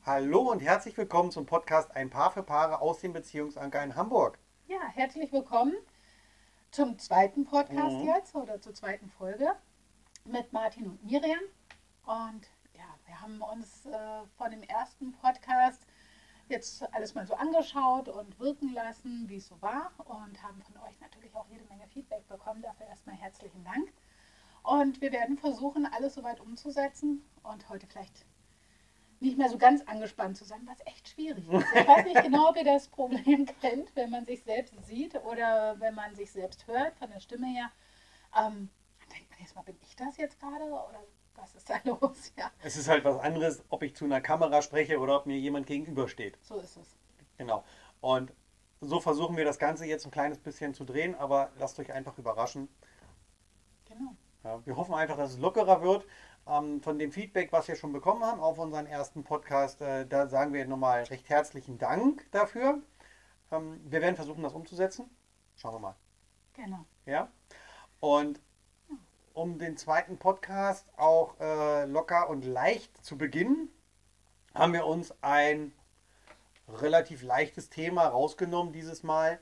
Hallo und herzlich willkommen zum Podcast Ein Paar für Paare aus dem Beziehungsanker in Hamburg. Ja, herzlich willkommen zum zweiten Podcast Mhm. jetzt oder zur zweiten Folge mit Martin und Miriam. Und ja, wir haben uns von dem ersten Podcast jetzt alles mal so angeschaut und wirken lassen, wie es so war und haben von euch natürlich auch jede Menge Feedback bekommen. Dafür erstmal herzlichen Dank. Und wir werden versuchen, alles soweit umzusetzen und heute vielleicht nicht mehr so ganz angespannt zu sein, was echt schwierig ist. Ich weiß nicht genau, ob ihr das Problem kennt, wenn man sich selbst sieht oder wenn man sich selbst hört, von der Stimme her. Dann denkt man jetzt mal, bin ich das jetzt gerade oder was ist da los? Ja, Es ist halt was anderes, ob ich zu einer Kamera spreche oder ob mir jemand gegenübersteht. so ist es. Genau. Und so versuchen wir das Ganze jetzt ein kleines bisschen zu drehen, aber lasst euch einfach überraschen. Genau. Ja, wir hoffen einfach, dass es lockerer wird. Von dem Feedback, was wir schon bekommen haben auf unseren ersten Podcast, da sagen wir nochmal recht herzlichen Dank dafür. Wir werden versuchen, das umzusetzen. Schauen wir mal. Genau. Ja? Und um den zweiten Podcast auch locker und leicht zu beginnen, haben wir uns ein relativ leichtes Thema rausgenommen dieses Mal.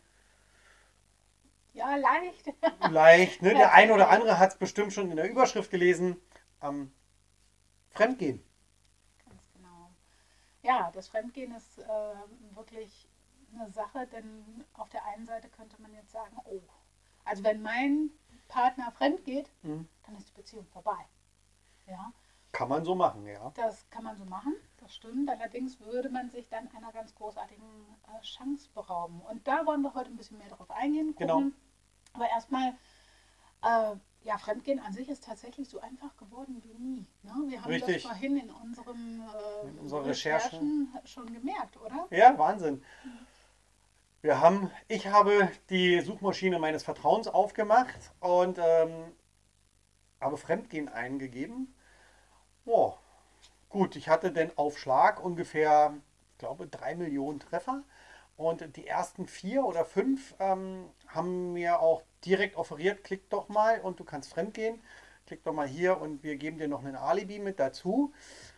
Ja, leicht. Leicht, ne? Der ein oder Tatsächlich. andere hat es bestimmt schon in der Überschrift gelesen. Fremdgehen. Ganz genau. Ja, das Fremdgehen ist wirklich eine Sache, denn auf der einen Seite könnte man jetzt sagen, oh, also wenn mein Partner fremd geht, Mhm. dann ist die Beziehung vorbei. Ja, Kann man so machen, ja. das kann man so machen, das stimmt. Allerdings würde man sich dann einer ganz großartigen Chance berauben. Und da wollen wir heute ein bisschen mehr darauf eingehen, Genau. gucken. Aber erstmal, ja, Fremdgehen an sich ist tatsächlich so einfach geworden wie nie. Ne? Wir haben das Richtig. vorhin in unseren In unserer Recherche. Recherchen schon gemerkt, oder? Ja, Wahnsinn. Ich habe die Suchmaschine meines Vertrauens aufgemacht und habe Fremdgehen eingegeben. Oh, gut, ich hatte den auf Schlag ungefähr, ich glaube, 3 Millionen Treffer. Und die ersten vier oder fünf haben mir auch direkt offeriert, klick doch mal und du kannst fremdgehen. Klick doch mal hier und wir geben dir noch ein Alibi mit dazu.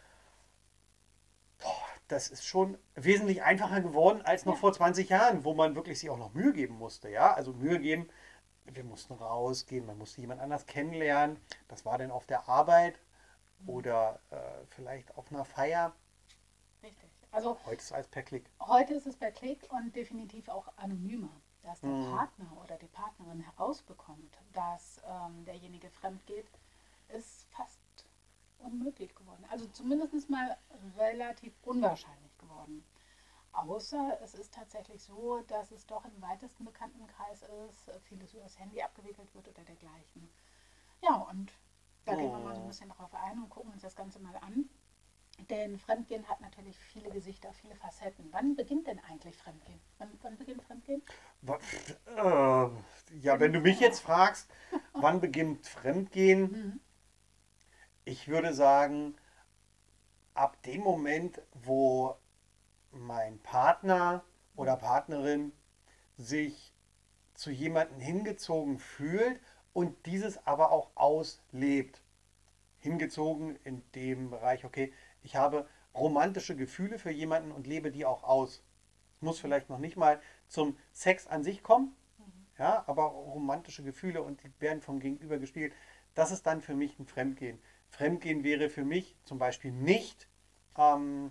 Das ist schon wesentlich einfacher geworden als noch Ja, vor 20 Jahren, wo man wirklich sich auch noch Mühe geben musste. Ja, also Mühe geben, wir mussten rausgehen, man musste jemand anders kennenlernen. Das war dann auf der Arbeit oder vielleicht auf einer Feier. richtig. Also Heute ist es alles per Klick. heute ist es per Klick und definitiv auch anonymer. Dass der Mhm. Partner oder die Partnerin herausbekommt, dass derjenige fremd geht, ist fast unmöglich geworden. Also zumindest mal relativ unwahrscheinlich geworden. Außer es ist tatsächlich so, dass es doch im weitesten Bekanntenkreis ist, vieles übers Handy abgewickelt wird oder dergleichen. Ja, und da gehen wir mal so ein Mhm. bisschen drauf ein und gucken uns das Ganze mal an. Denn Fremdgehen hat natürlich viele Gesichter, viele Facetten. Wann beginnt denn eigentlich Fremdgehen? Wann beginnt Fremdgehen? Ja, wenn du mich jetzt fragst, wann beginnt Fremdgehen? Mhm. Ich würde sagen, ab dem Moment, wo mein Partner oder Partnerin sich zu jemandem hingezogen fühlt und dieses aber auch auslebt. Hingezogen in dem Bereich, okay, ich habe romantische Gefühle für jemanden und lebe die auch aus. Es muss vielleicht noch nicht mal zum Sex an sich kommen, Mhm. ja, aber romantische Gefühle und die werden vom Gegenüber gespiegelt. Das ist dann für mich ein Fremdgehen. Fremdgehen wäre für mich zum Beispiel nicht ähm,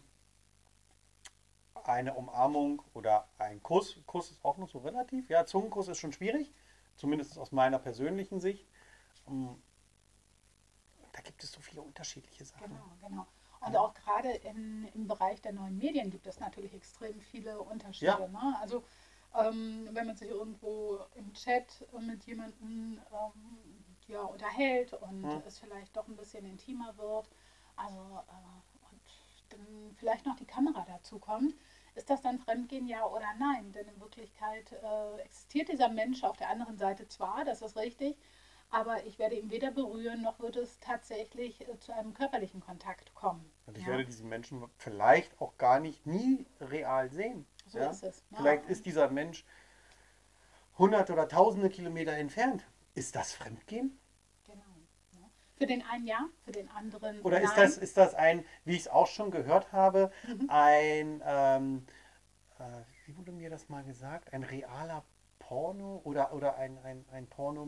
eine Umarmung oder ein Kuss. Kuss ist auch noch so relativ. Ja, Zungenkuss ist schon schwierig, zumindest aus meiner persönlichen Sicht. Ähm, Da gibt es so viele unterschiedliche Sachen. Genau, genau. Und Ja, auch gerade im Bereich der neuen Medien gibt es natürlich extrem viele ja. Unterschiede. Ne? Also wenn man sich irgendwo im Chat mit jemandem ja, unterhält und Hm. es vielleicht doch ein bisschen intimer wird, also und dann vielleicht noch die Kamera dazu kommt, ist das dann Fremdgehen, ja oder nein? Denn in Wirklichkeit existiert dieser Mensch auf der anderen Seite zwar, das ist richtig, aber ich werde ihn weder berühren, noch wird es tatsächlich zu einem körperlichen Kontakt kommen. Und ich Ja, werde diesen Menschen vielleicht auch gar nicht nie real sehen. so Ja? ist es. Ne? Vielleicht ist Und dieser Mensch hunderte oder tausende Kilometer entfernt. Ist das Fremdgehen? genau. Ne? Für den einen ja, für den anderen Oder nein. ist das ein, wie ich es auch schon gehört habe, Mhm. ein, wie wurde mir das mal gesagt, ein realer Porno oder ein Porno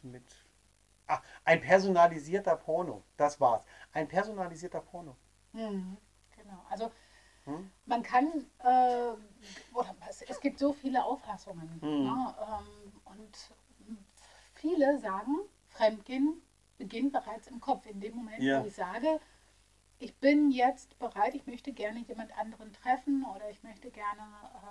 ein personalisierter Porno. Das war's. Ein personalisierter Porno. Mhm. Genau. Also Hm? man kann, oder es gibt so viele Auffassungen. Hm. Ne? Und viele sagen, Fremdgehen beginnt bereits im Kopf. In dem Moment, wo Ja, ich sage, ich bin jetzt bereit, ich möchte gerne jemand anderen treffen oder ich möchte gerne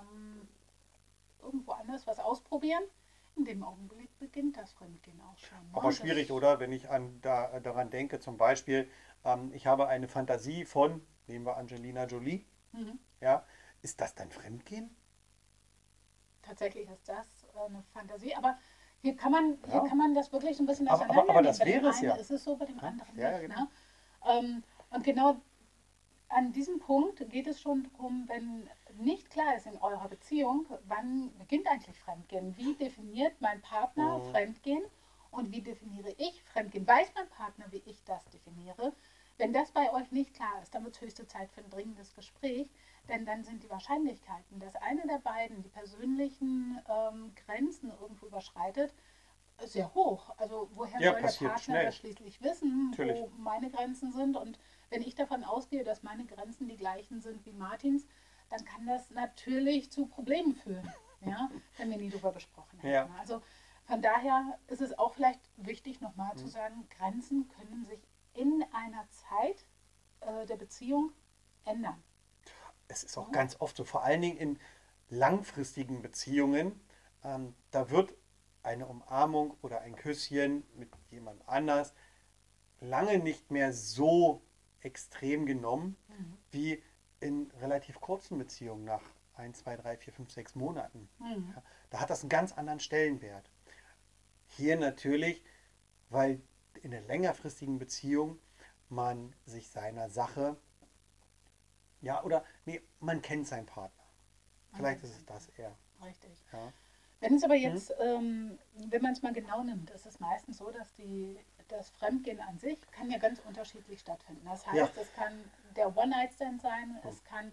irgendwo anders was ausprobieren. In dem Augenblick beginnt das Fremdgehen auch schon. aber Ne? schwierig, oder? Wenn ich daran denke, zum Beispiel, ich habe eine Fantasie von, nehmen wir Angelina Jolie, Mhm. ja, ist das dann Fremdgehen? Tatsächlich ist das eine Fantasie, aber hier Ja, kann man das wirklich so ein bisschen auseinandernehmen. das Bei dem wäre es einen ja. ist es so, bei dem Ja, anderen ja, ja, nicht. genau. Ne? Und genau an diesem Punkt geht es schon darum, wenn nicht klar ist in eurer Beziehung, wann beginnt eigentlich Fremdgehen? Wie definiert mein Partner Hm. Fremdgehen und wie definiere ich Fremdgehen? Weiß mein Partner, wie ich das definiere? Wenn das bei euch nicht klar ist, dann wird es höchste Zeit für ein dringendes Gespräch, denn dann sind die Wahrscheinlichkeiten, dass einer der beiden die persönlichen Grenzen irgendwo überschreitet, sehr hoch. Also woher Ja, soll der passiert Partner das schnell. schließlich wissen, Natürlich. wo meine Grenzen sind? Und wenn ich davon ausgehe, dass meine Grenzen die gleichen sind wie Martins, dann kann das natürlich zu Problemen führen, ja, wenn wir nie darüber gesprochen hätten. Ja. Also von daher ist es auch vielleicht wichtig, nochmal zu Hm. sagen, Grenzen können sich in einer Zeit der Beziehung ändern. Es ist auch Ja? ganz oft so, vor allen Dingen in langfristigen Beziehungen, da wird eine Umarmung oder ein Küsschen mit jemand anders lange nicht mehr so extrem genommen Mhm. wie in relativ kurzen Beziehungen nach 1, 2, 3, 4, 5, 6 Monaten. Mhm. Ja, da hat das einen ganz anderen Stellenwert. Hier natürlich, weil in der längerfristigen Beziehung man sich seiner Sache, ja, oder nee, man kennt seinen Partner. Man Vielleicht kennt ist es seinen das eher. Partner. Richtig. Ja. Wenn es aber Hm? jetzt, wenn man es mal genau nimmt, ist es meistens so, dass das Fremdgehen an sich kann ja ganz unterschiedlich stattfinden. Das Ja. heißt, es kann der One-Night-Stand sein, Hm. es kann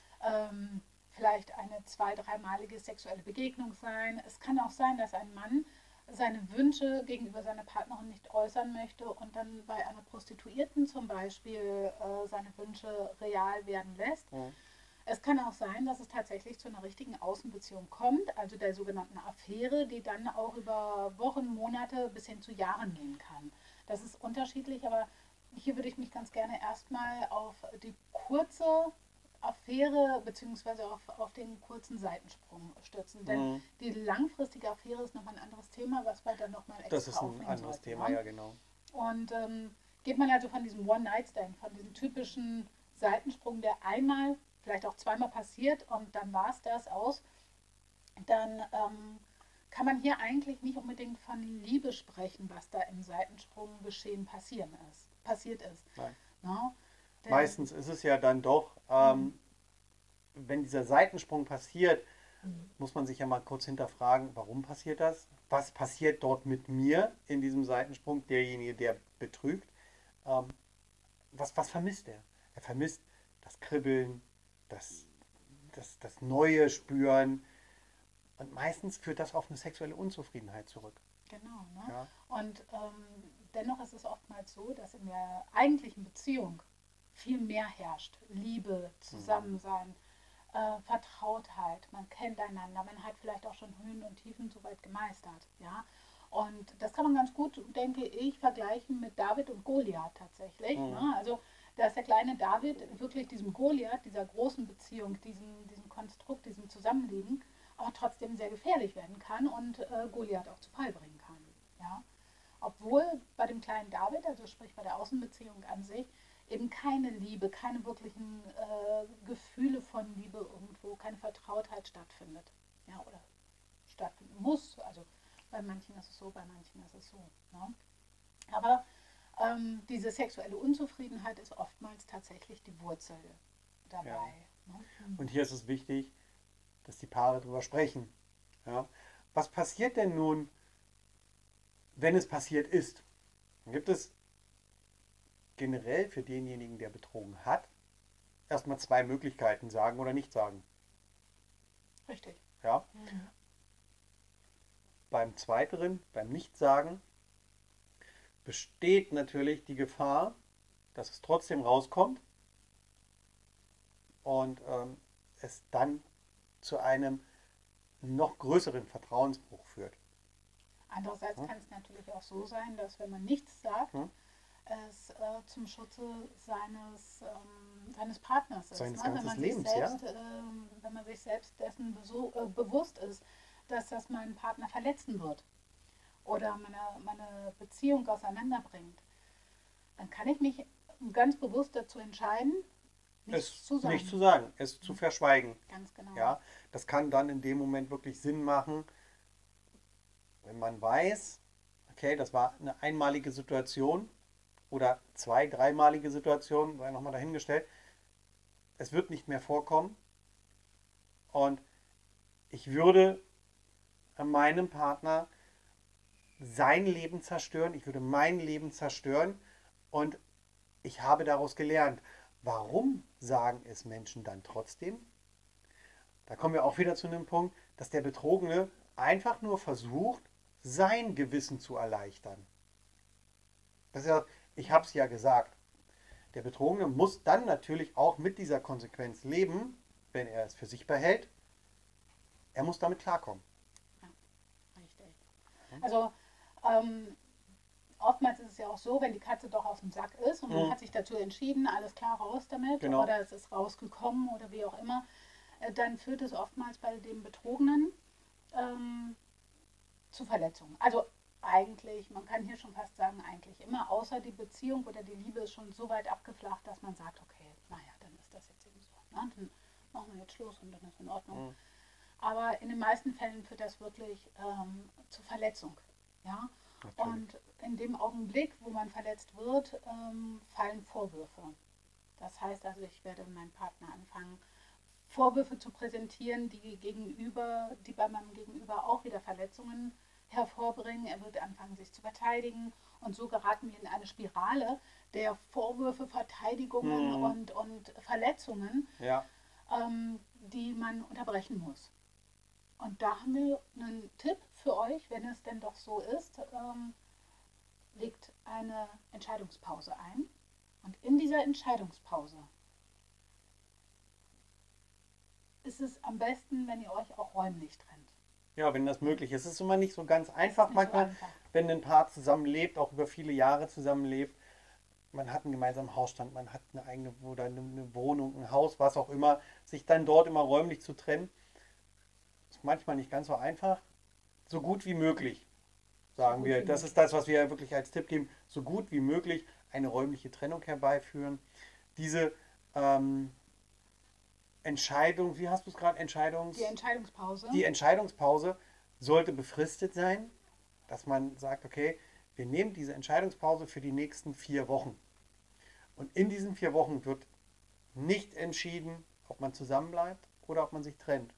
vielleicht eine dreimalige sexuelle Begegnung sein. Es kann auch sein, dass ein Mann seine Wünsche gegenüber seiner Partnerin nicht äußern möchte und dann bei einer Prostituierten zum Beispiel seine Wünsche real werden lässt. Hm. Es kann auch sein, dass es tatsächlich zu einer richtigen Außenbeziehung kommt, also der sogenannten Affäre, die dann auch über Wochen, Monate bis hin zu Jahren gehen kann. Das ist unterschiedlich, aber hier würde ich mich ganz gerne erstmal auf die kurze Affäre bzw. auf den kurzen Seitensprung stürzen. Denn Hm. die langfristige Affäre ist nochmal ein anderes Thema, was wir dann nochmal Das extra ist ein aufnehmen anderes sollten. Thema, Ne? ja genau. Und geht man also von diesem One-Night-Stand, von diesem typischen Seitensprung, der einmal, vielleicht auch zweimal passiert und dann war es das aus, dann kann man hier eigentlich nicht unbedingt von Liebe sprechen, was da im Seitensprung geschehen passiert ist. Nein. Ne? Denn, Meistens ist es ja dann doch, hm, wenn dieser Seitensprung passiert, hm, muss man sich ja mal kurz hinterfragen, warum passiert das? Was passiert dort mit mir in diesem Seitensprung? Derjenige, der betrügt. Ähm, was vermisst er? Er vermisst das Kribbeln, das, das neue Spüren. Und meistens führt das auf eine sexuelle Unzufriedenheit zurück. genau. Ne? Ja, Und dennoch ist es oftmals so, dass in der eigentlichen Beziehung viel mehr herrscht. Liebe, hm. Zusammensein, Vertrautheit, man kennt einander, man hat vielleicht auch schon Höhen und Tiefen soweit gemeistert. Ja? Und das kann man ganz gut, denke ich, vergleichen mit David und Goliath tatsächlich. Hm. Ne? Also, dass der kleine David wirklich diesem Goliath, dieser großen Beziehung, diesem Konstrukt, diesem Zusammenleben, aber trotzdem sehr gefährlich werden kann und Goliath auch zu Fall bringen kann. Ja? Obwohl bei dem kleinen David, also sprich bei der Außenbeziehung an sich, eben keine Liebe, keine wirklichen Gefühle von Liebe irgendwo, keine Vertrautheit stattfindet. Ja, oder stattfinden muss. Also bei manchen ist es so, bei manchen ist es so. Ne? Aber diese sexuelle Unzufriedenheit ist oftmals tatsächlich die Wurzel Ja. dabei. Ne? Und hier ist es wichtig, dass die Paare darüber sprechen. Ja. Was passiert denn nun, wenn es passiert ist? Dann gibt es generell für denjenigen, der betrogen hat, erstmal zwei Möglichkeiten: sagen oder nicht sagen. Richtig. Ja? Mhm. Beim Zweiteren, beim Nichtsagen, besteht natürlich die Gefahr, dass es trotzdem rauskommt und es dann zu einem noch größeren Vertrauensbruch führt. Andererseits Hm? kann es natürlich auch so sein, dass wenn man nichts sagt, Hm? es zum Schutze seines Partners ist. Seines Ne? ganzes Lebens, ja? Wenn man sich selbst dessen bewusst ist, dass das meinen Partner verletzen wird oder meine Beziehung auseinanderbringt, dann kann ich mich ganz bewusst dazu entscheiden, nichts Es zu nicht sagen. zu sagen, es zu verschweigen. Ganz genau. Ja? Das kann dann in dem Moment wirklich Sinn machen, wenn man weiß, okay, das war eine einmalige Situation oder zwei, dreimalige Situation, sei nochmal dahingestellt, es wird nicht mehr vorkommen und ich würde meinem Partner sein Leben zerstören, ich würde mein Leben zerstören und ich habe daraus gelernt. Warum sagen es Menschen dann trotzdem? Da kommen wir auch wieder zu einem Punkt, dass der Betrogene einfach nur versucht, sein Gewissen zu erleichtern. Das ist ja, ich habe es ja gesagt. Der Betrogene muss dann natürlich auch mit dieser Konsequenz leben, wenn er es für sich behält. Er muss damit klarkommen. Ja, richtig. Also ähm, oftmals ist es ja auch so, wenn die Katze doch auf dem Sack ist und man Mhm. hat sich dazu entschieden, alles klar raus damit Genau. oder es ist rausgekommen oder wie auch immer, dann führt es oftmals bei dem Betrogenen ähm, zu Verletzungen. Also eigentlich, man kann hier schon fast sagen, eigentlich immer, außer die Beziehung oder die Liebe ist schon so weit abgeflacht, dass man sagt, okay, naja, dann ist das jetzt eben so. Ne? Dann machen wir jetzt Schluss und dann ist in Ordnung. Mhm. Aber in den meisten Fällen führt das wirklich zu Verletzung. Ja? Natürlich. Und in dem Augenblick, wo man verletzt wird, fallen Vorwürfe. Das heißt also, ich werde meinem Partner anfangen, Vorwürfe zu präsentieren, die bei meinem Gegenüber auch wieder Verletzungen hervorbringen. Er wird anfangen, sich zu verteidigen. Und so geraten wir in eine Spirale der Vorwürfe, Verteidigungen Mhm. und Verletzungen, Ja, die man unterbrechen muss. Und da haben wir einen Tipp für euch, wenn es denn doch so ist. Legt eine Entscheidungspause ein. Und in dieser Entscheidungspause ist es am besten, wenn ihr euch auch räumlich trennt. ja, wenn das möglich ist. Es ist immer nicht so ganz Es ist einfach nicht so manchmal, einfach. wenn ein Paar zusammenlebt, auch über viele Jahre zusammenlebt. Man hat einen gemeinsamen Hausstand, man hat eine eigene oder eine Wohnung, ein Haus, was auch immer, sich dann dort immer räumlich zu trennen, ist manchmal nicht ganz so einfach. So gut wie möglich, So sagen gut wir. wie Das ist möglich. das, was wir wirklich als Tipp geben. So gut wie möglich eine räumliche Trennung herbeiführen. Diese ähm, Entscheidung, wie hast du es gerade, Die Entscheidungspause. die Entscheidungspause sollte befristet sein, dass man sagt, okay, wir nehmen diese Entscheidungspause für die nächsten 4 Wochen. Und in diesen 4 Wochen wird nicht entschieden, ob man zusammenbleibt oder ob man sich trennt.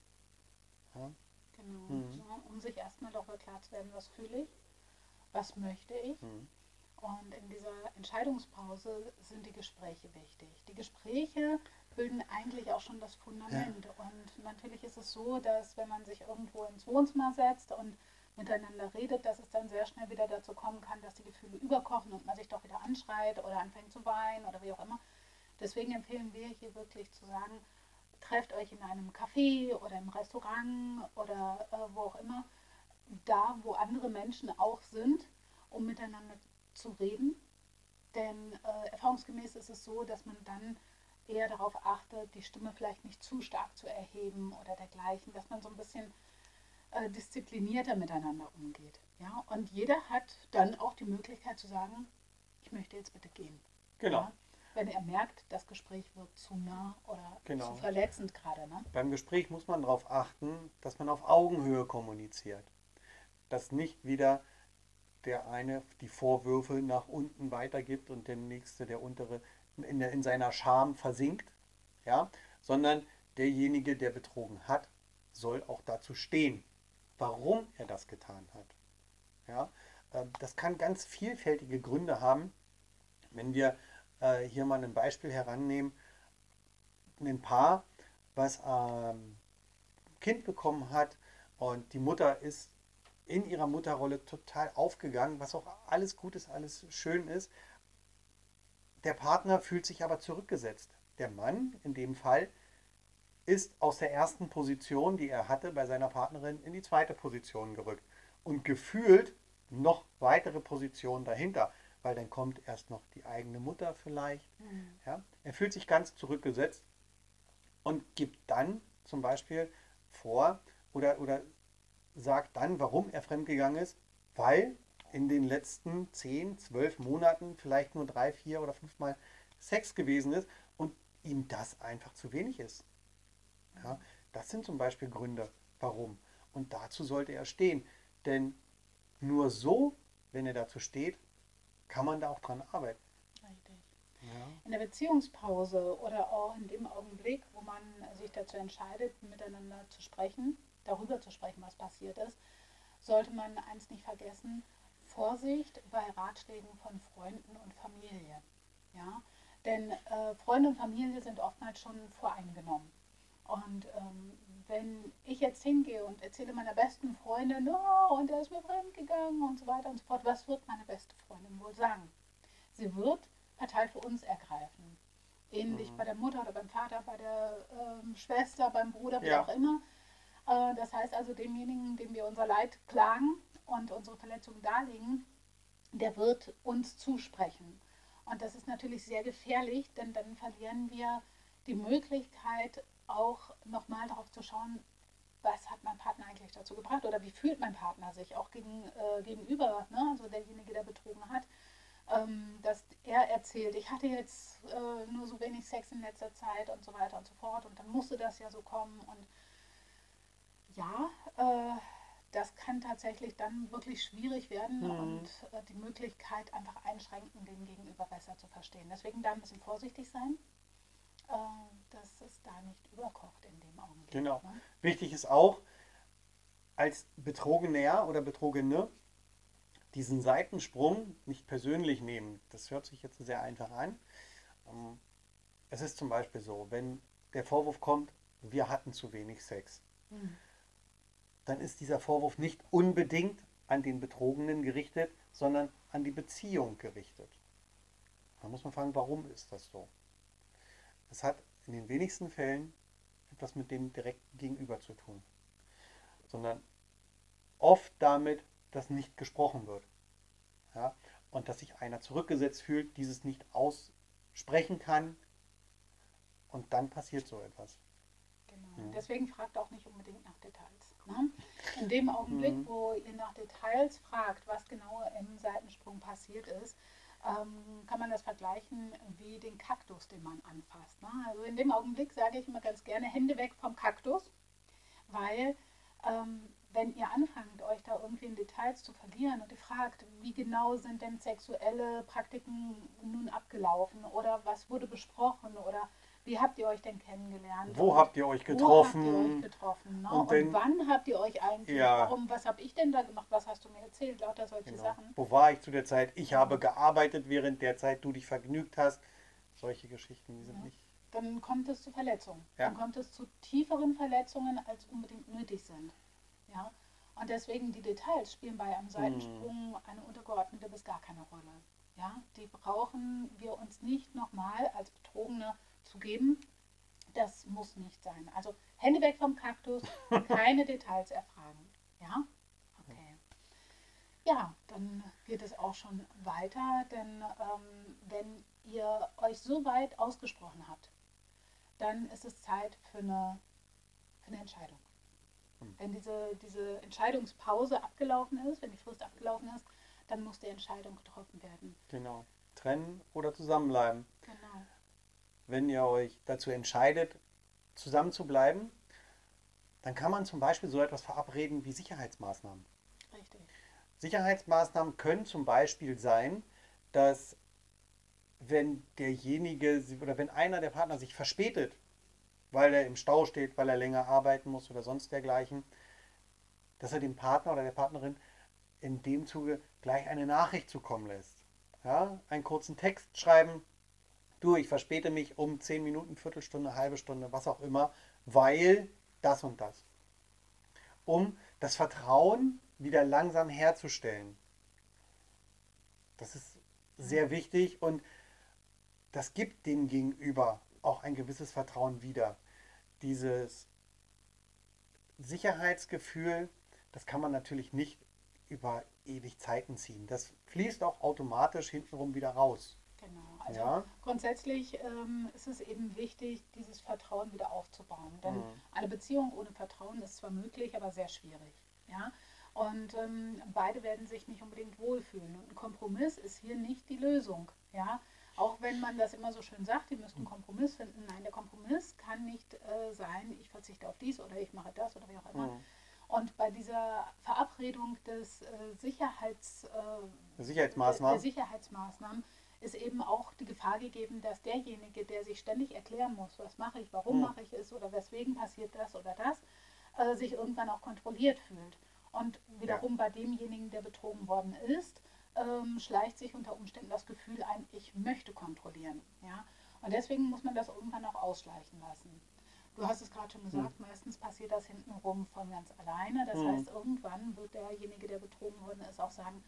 Ja? Genau. Mhm. So, um sich erstmal darüber klar zu werden, was fühle ich, was möchte ich. Mhm. Und in dieser Entscheidungspause sind die Gespräche wichtig. Die Gespräche bilden eigentlich auch schon das Ja, Fundament. Und natürlich ist es so, dass wenn man sich irgendwo ins Wohnzimmer setzt und miteinander redet, dass es dann sehr schnell wieder dazu kommen kann, dass die Gefühle überkochen und man sich doch wieder anschreit oder anfängt zu weinen oder wie auch immer. Deswegen empfehlen wir hier wirklich zu sagen, trefft euch in einem Café oder im Restaurant oder wo auch immer, da wo andere Menschen auch sind, um miteinander zu reden. Denn erfahrungsgemäß ist es so, dass man dann eher darauf achtet, die Stimme vielleicht nicht zu stark zu erheben oder dergleichen, dass man so ein bisschen disziplinierter miteinander umgeht. Ja? Und jeder hat dann auch die Möglichkeit zu sagen, ich möchte jetzt bitte gehen. genau, Ja? Wenn er merkt, das Gespräch wird zu nah oder zu genau. verletzend gerade. Ne? Beim Gespräch muss man darauf achten, dass man auf Augenhöhe kommuniziert. Dass nicht wieder der eine die Vorwürfe nach unten weitergibt und der nächste, der untere, in seiner Scham versinkt, ja, sondern derjenige, der betrogen hat, soll auch dazu stehen, warum er das getan hat. Ja. Das kann ganz vielfältige Gründe haben. Wenn wir hier mal ein Beispiel herannehmen, ein Paar, was Kind bekommen hat und die Mutter ist in ihrer Mutterrolle total aufgegangen, was auch alles gut ist, alles schön ist. Der Partner fühlt sich aber zurückgesetzt. Der Mann in dem Fall ist aus der ersten Position, die er hatte bei seiner Partnerin, in die zweite Position gerückt. Und gefühlt noch weitere Positionen dahinter, weil dann kommt erst noch die eigene Mutter vielleicht. Mhm. Ja? Er fühlt sich ganz zurückgesetzt und gibt dann zum Beispiel vor oder sagt dann, warum er fremdgegangen ist, weil in den letzten 10, 12 Monaten vielleicht nur 3, 4 oder 5 Mal Sex gewesen ist und ihm das einfach zu wenig ist. Ja, das sind zum Beispiel Gründe, warum. Und dazu sollte er stehen. Denn nur so, wenn er dazu steht, kann man da auch dran arbeiten. Richtig. Ja. In der Beziehungspause oder auch in dem Augenblick, wo man sich dazu entscheidet, miteinander zu sprechen, darüber zu sprechen, was passiert ist, sollte man eins nicht vergessen: Vorsicht bei Ratschlägen von Freunden und Familie. Ja? Denn Freunde und Familie sind oftmals schon voreingenommen. Und wenn ich jetzt hingehe und erzähle meiner besten Freundin, oh, und er ist mir fremd gegangen und so weiter und so fort, was wird meine beste Freundin wohl sagen? Sie wird Partei für uns ergreifen. Ähnlich Mhm. bei der Mutter oder beim Vater, bei der Schwester, beim Bruder, wie auch Ja. immer. Das heißt also, demjenigen, dem wir unser Leid klagen und unsere Verletzungen darlegen, der wird uns zusprechen. Und das ist natürlich sehr gefährlich, denn dann verlieren wir die Möglichkeit, auch nochmal darauf zu schauen, was hat mein Partner eigentlich dazu gebracht oder wie fühlt mein Partner sich auch gegenüber, ne? Also derjenige, der betrogen hat, dass er erzählt, ich hatte jetzt nur so wenig Sex in letzter Zeit und so weiter und so fort und dann musste das ja so kommen und ja, das kann tatsächlich dann wirklich schwierig werden und Mhm. die Möglichkeit einfach einschränken, den Gegenüber besser zu verstehen. Deswegen da ein bisschen vorsichtig sein, dass es da nicht überkocht in dem Augenblick. Genau. Ne? Wichtig ist auch, als Betrogener oder Betrogene diesen Seitensprung nicht persönlich nehmen. Das hört sich jetzt sehr einfach an. Ähm, Es ist zum Beispiel so, wenn der Vorwurf kommt, wir hatten zu wenig Sex, Hm. dann ist dieser Vorwurf nicht unbedingt an den Betrogenen gerichtet, sondern an die Beziehung gerichtet. Da muss man fragen, warum ist das so? Das hat in den wenigsten Fällen etwas mit dem direkten Gegenüber zu tun, sondern oft damit, dass nicht gesprochen wird. Ja? Und dass sich einer zurückgesetzt fühlt, dieses nicht aussprechen kann und dann passiert so etwas. Genau. Mhm. Deswegen fragt auch nicht unbedingt nach Details. Ne? In dem Augenblick, Mhm. wo ihr nach Details fragt, was genau im Seitensprung passiert ist, kann man das vergleichen wie den Kaktus, den man anfasst. Ne? Also in dem Augenblick sage ich immer ganz gerne, Hände weg vom Kaktus, weil wenn ihr anfangt, euch da irgendwie in Details zu verlieren und ihr fragt, wie genau sind denn sexuelle Praktiken nun abgelaufen oder was wurde besprochen oder wie habt ihr euch denn kennengelernt Wo und habt ihr euch wo habt ihr euch getroffen? getroffen, ne? Und Und wenn, wann habt ihr euch eigentlich, ja, warum, was habe ich denn da gemacht, was hast du mir erzählt, lauter solche genau. Sachen. Wo war ich zu der Zeit? Ich habe Genau. gearbeitet, während der Zeit du dich vergnügt hast. Solche Geschichten, die sind Ne? nicht. Dann kommt es zu Verletzungen. Dann Ja. kommt es zu tieferen Verletzungen, als unbedingt nötig sind. Ja? Und deswegen die Details spielen bei einem Hm. Seitensprung eine untergeordnete bis gar keine Rolle. Ja? Die brauchen wir uns nicht nochmal als Betrogene zu geben. Das muss nicht sein. Also Hände weg vom Kaktus, keine Details erfragen. Ja? Okay. Ja, dann geht es auch schon weiter, denn wenn ihr euch so weit ausgesprochen habt, dann ist es Zeit für eine Entscheidung. Hm. Wenn diese Entscheidungspause abgelaufen ist, wenn die Frist abgelaufen ist, dann muss die Entscheidung getroffen werden. Genau. Trennen oder zusammenbleiben. Genau, Wenn ihr euch dazu entscheidet, zusammen zu bleiben, dann kann man zum Beispiel so etwas verabreden wie Sicherheitsmaßnahmen. richtig. Sicherheitsmaßnahmen können zum Beispiel sein, dass wenn derjenige oder wenn einer der Partner sich verspätet, weil er im Stau steht, weil er länger arbeiten muss oder sonst dergleichen, dass er dem Partner oder der Partnerin in dem Zuge gleich eine Nachricht zukommen lässt. Ja, einen kurzen Text schreiben. Du, ich verspäte mich um 10 Minuten, Viertelstunde, halbe Stunde, was auch immer, weil das und das. Um das Vertrauen wieder langsam herzustellen. Das ist sehr wichtig und das gibt dem Gegenüber auch ein gewisses Vertrauen wieder. Dieses Sicherheitsgefühl, das kann man natürlich nicht über ewig Zeiten ziehen. Das fließt auch automatisch hintenrum wieder raus. Genau, also Ja? grundsätzlich ist es eben wichtig, dieses Vertrauen wieder aufzubauen. Denn Mhm. eine Beziehung ohne Vertrauen ist zwar möglich, aber sehr schwierig. Ja? Und beide werden sich nicht unbedingt wohlfühlen. Und ein Kompromiss ist hier nicht die Lösung. Ja? Auch wenn man das immer so schön sagt, die müssten einen Kompromiss finden. Nein, der Kompromiss kann nicht sein, ich verzichte auf dies oder ich mache das oder wie auch immer. Mhm. Und bei dieser Verabredung des der Sicherheitsmaßnahmen. Sicherheitsmaßnahmen ist eben auch die Gefahr gegeben, dass derjenige, der sich ständig erklären muss, was mache ich, warum Mhm. mache ich es oder weswegen passiert das oder das, sich irgendwann auch kontrolliert fühlt. Und Ja. wiederum bei demjenigen, der betrogen worden ist, schleicht sich unter Umständen das Gefühl ein, ich möchte kontrollieren. Ja? Und deswegen muss man das irgendwann auch ausschleichen lassen. Du hast es gerade schon Mhm. gesagt, meistens passiert das hintenrum von ganz alleine. Das Mhm. heißt, irgendwann wird derjenige, der betrogen worden ist, auch sagen,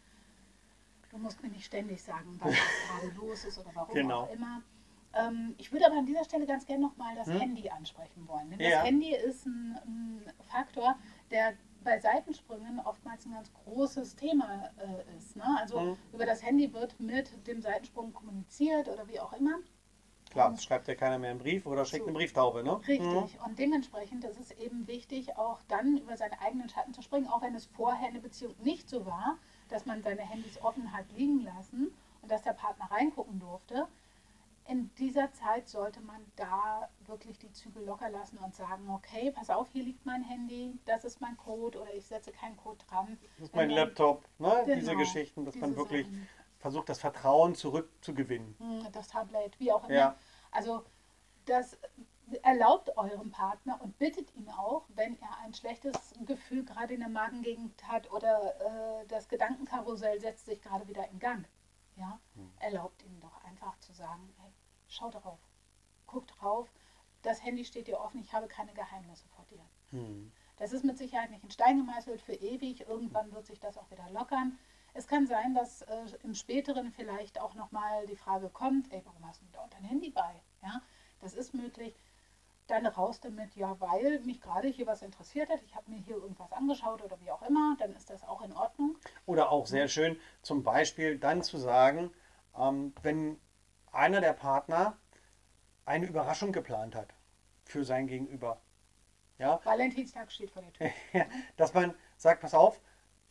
du musst mir nicht ständig sagen, was jetzt gerade los ist oder warum auch Genau. immer. Ich würde aber an dieser Stelle ganz gerne nochmal das Mhm. Handy ansprechen wollen. Denn das Ja. Handy ist ein Faktor, der bei Seitensprüngen oftmals ein ganz großes Thema ist. Ne? Also Mhm. über das Handy wird mit dem Seitensprung kommuniziert oder wie auch immer. Klar, es Und schreibt ja keiner mehr einen Brief oder schickt eine so, Brieftaube, ne? Mhm. richtig. Und dementsprechend ist es eben wichtig, auch dann über seine eigenen Schatten zu springen, auch wenn es vorher eine Beziehung nicht so war, dass man seine Handys offen hat liegen lassen und dass der Partner reingucken durfte. In dieser Zeit sollte man da wirklich die Zügel locker lassen und sagen, okay, pass auf, hier liegt mein Handy, das ist mein Code oder ich setze keinen Code dran. Das ist Wenn mein dann, Laptop, ne? Diese genau, Geschichten, dass man diese wirklich Sachen, versucht, das Vertrauen zurückzugewinnen. das Tablet, wie auch immer. Ja. Also das erlaubt eurem Partner und bittet ihn auch, wenn er ein schlechtes Gefühl gerade in der Magengegend hat oder das Gedankenkarussell setzt sich gerade wieder in Gang. Ja? Erlaubt ihm doch einfach zu sagen, hey, schau drauf, guck drauf, das Handy steht dir offen, ich habe keine Geheimnisse vor dir. Mhm. Das ist mit Sicherheit nicht in Stein gemeißelt für ewig, irgendwann wird sich das auch wieder lockern. Es kann sein, dass im späteren vielleicht auch nochmal die Frage kommt, ey, warum hast du da dein Handy bei? Ja, das ist möglich. Dann raus damit, ja, weil mich gerade hier was interessiert hat, ich habe mir hier irgendwas angeschaut oder wie auch immer, dann ist das auch in Ordnung. Oder auch Ja, sehr schön, zum Beispiel dann zu sagen, wenn einer der Partner eine Überraschung geplant hat für sein Gegenüber, ja, Valentinstag steht vor der Tür. Ne? dass man sagt, pass auf,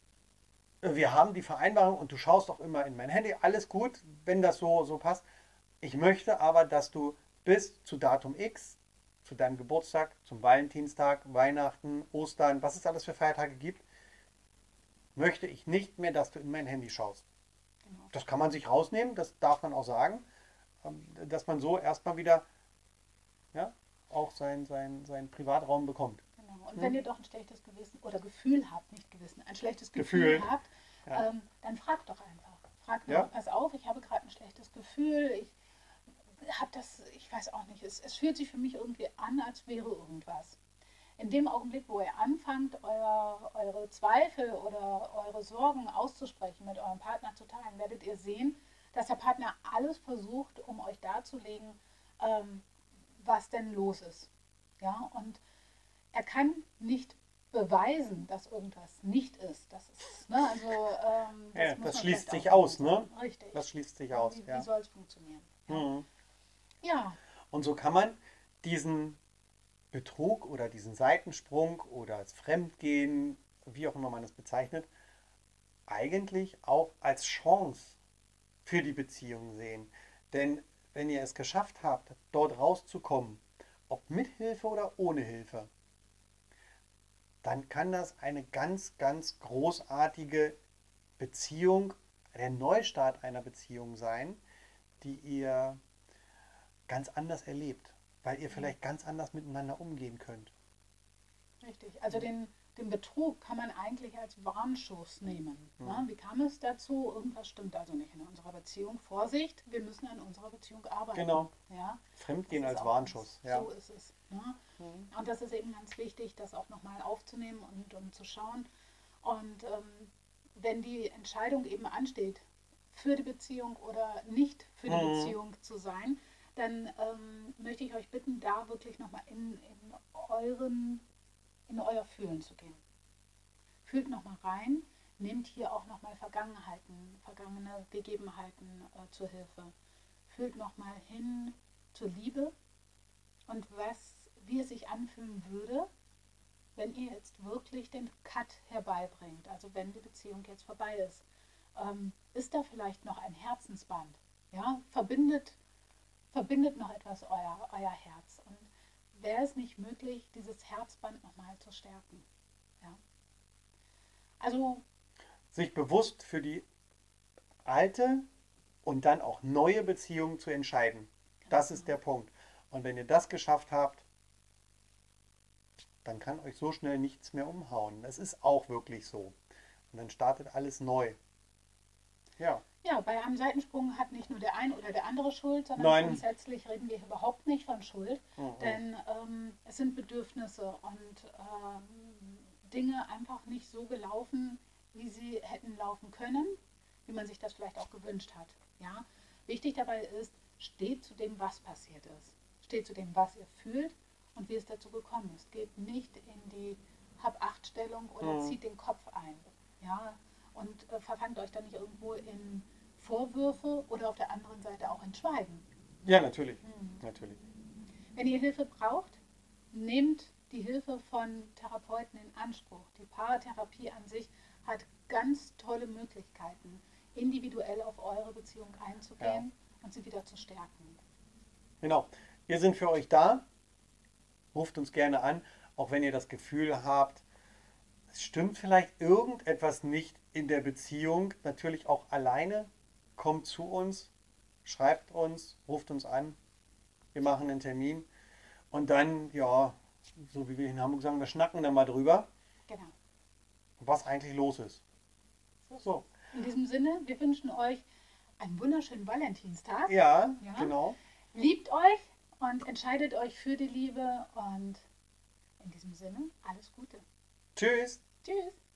wir haben die Vereinbarung und du schaust auch immer in mein Handy, alles gut, wenn das so passt. Ich möchte aber, dass du bis zu Datum X, zu deinem Geburtstag, zum Valentinstag, Weihnachten, Ostern, was es alles für Feiertage gibt, möchte ich nicht mehr, dass du in mein Handy schaust. Genau. Das kann man sich rausnehmen, das darf man auch sagen, dass man so erstmal wieder, ja, auch seinen Privatraum bekommt. Genau. Und wenn Hm? ihr doch ein schlechtes Gewissen oder Gefühl habt, nicht Gewissen, ein schlechtes Gefühl Gefühl. habt, Ja. dann fragt doch einfach. Fragt mal, Ja. pass auf, ich habe gerade ein schlechtes Gefühl, ich habe das, ich weiß auch nicht, es fühlt sich für mich irgendwie an, als wäre irgendwas. In dem Augenblick, wo ihr anfangt, eure Zweifel oder eure Sorgen auszusprechen, mit eurem Partner zu teilen, werdet ihr sehen, dass der Partner alles versucht, um euch darzulegen, ähm, was denn los ist. Ja, und er kann nicht beweisen, dass irgendwas nicht ist. Das ist, ne, also Ja, das muss das man schließt vielleicht auch sich nochmal aus, sagen. ne? Richtig. Das schließt sich Ja, aus, wie ja. soll es funktionieren? Ja. Mhm. Ja, Und so kann man diesen Betrug oder diesen Seitensprung oder das Fremdgehen, wie auch immer man es bezeichnet, eigentlich auch als Chance für die Beziehung sehen. Denn wenn ihr es geschafft habt, dort rauszukommen, ob mit Hilfe oder ohne Hilfe, dann kann das eine ganz, ganz großartige Beziehung, der Neustart einer Beziehung sein, die ihr ganz anders erlebt, weil ihr ja, vielleicht ganz anders miteinander umgehen könnt. richtig. Also den Betrug kann man eigentlich als Warnschuss nehmen. Ne? Wie kam es dazu? Irgendwas stimmt also nicht in unserer Beziehung. Vorsicht, wir müssen an unserer Beziehung arbeiten. Genau. Ja? Fremdgehen Das ist als auch Warnschuss. Ja. so ist es. Ne? Und das ist eben ganz wichtig, das auch nochmal aufzunehmen und zu schauen. Und wenn die Entscheidung eben ansteht, für die Beziehung oder nicht für die Beziehung zu sein, dann möchte ich euch bitten, da wirklich nochmal in euer Fühlen zu gehen. Fühlt nochmal rein, nehmt hier auch nochmal vergangene Gegebenheiten zur Hilfe. Fühlt nochmal hin zur Liebe und wie es sich anfühlen würde, wenn ihr jetzt wirklich den Cut herbeibringt, also wenn die Beziehung jetzt vorbei ist. Ist da vielleicht noch ein Herzensband? Ja, verbindet noch etwas euer Herz. Und wäre es nicht möglich, dieses Herzband nochmal zu stärken? Ja. Also, Sich bewusst für die alte und dann auch neue Beziehung zu entscheiden. Das ist der Punkt. Und wenn ihr das geschafft habt, dann kann euch so schnell nichts mehr umhauen. Das ist auch wirklich so. Und dann startet alles neu. Ja. ja, bei einem Seitensprung hat nicht nur der ein oder der andere Schuld, sondern Nein. grundsätzlich reden wir überhaupt nicht von Schuld, Mhm. denn es sind Bedürfnisse und Dinge einfach nicht so gelaufen, wie sie hätten laufen können, wie man sich das vielleicht auch gewünscht hat. Ja? Wichtig dabei ist, steht zu dem, was passiert ist. Steht zu dem, was ihr fühlt und wie es dazu gekommen ist. Geht nicht in die Hab-Acht-Stellung oder zieht den Kopf ein. Ja? Und verfangt euch dann nicht irgendwo in Vorwürfe oder auf der anderen Seite auch in Schweigen. Ja, natürlich. Natürlich. Wenn ihr Hilfe braucht, nehmt die Hilfe von Therapeuten in Anspruch. Die Paartherapie an sich hat ganz tolle Möglichkeiten, individuell auf eure Beziehung einzugehen und sie wieder zu stärken. Genau. Wir sind für euch da. Ruft uns gerne an, auch wenn ihr das Gefühl habt, es stimmt vielleicht irgendetwas nicht in der Beziehung. Natürlich auch alleine. Kommt zu uns, schreibt uns, ruft uns an. Wir machen einen Termin. Und dann, ja, so wie wir in Hamburg sagen, wir schnacken dann mal drüber, Genau. was eigentlich los ist. So. In diesem Sinne, wir wünschen euch einen wunderschönen Valentinstag. Ja, Ja. genau. Liebt euch und entscheidet euch für die Liebe und in diesem Sinne alles Gute. Tschüss. Tschüss.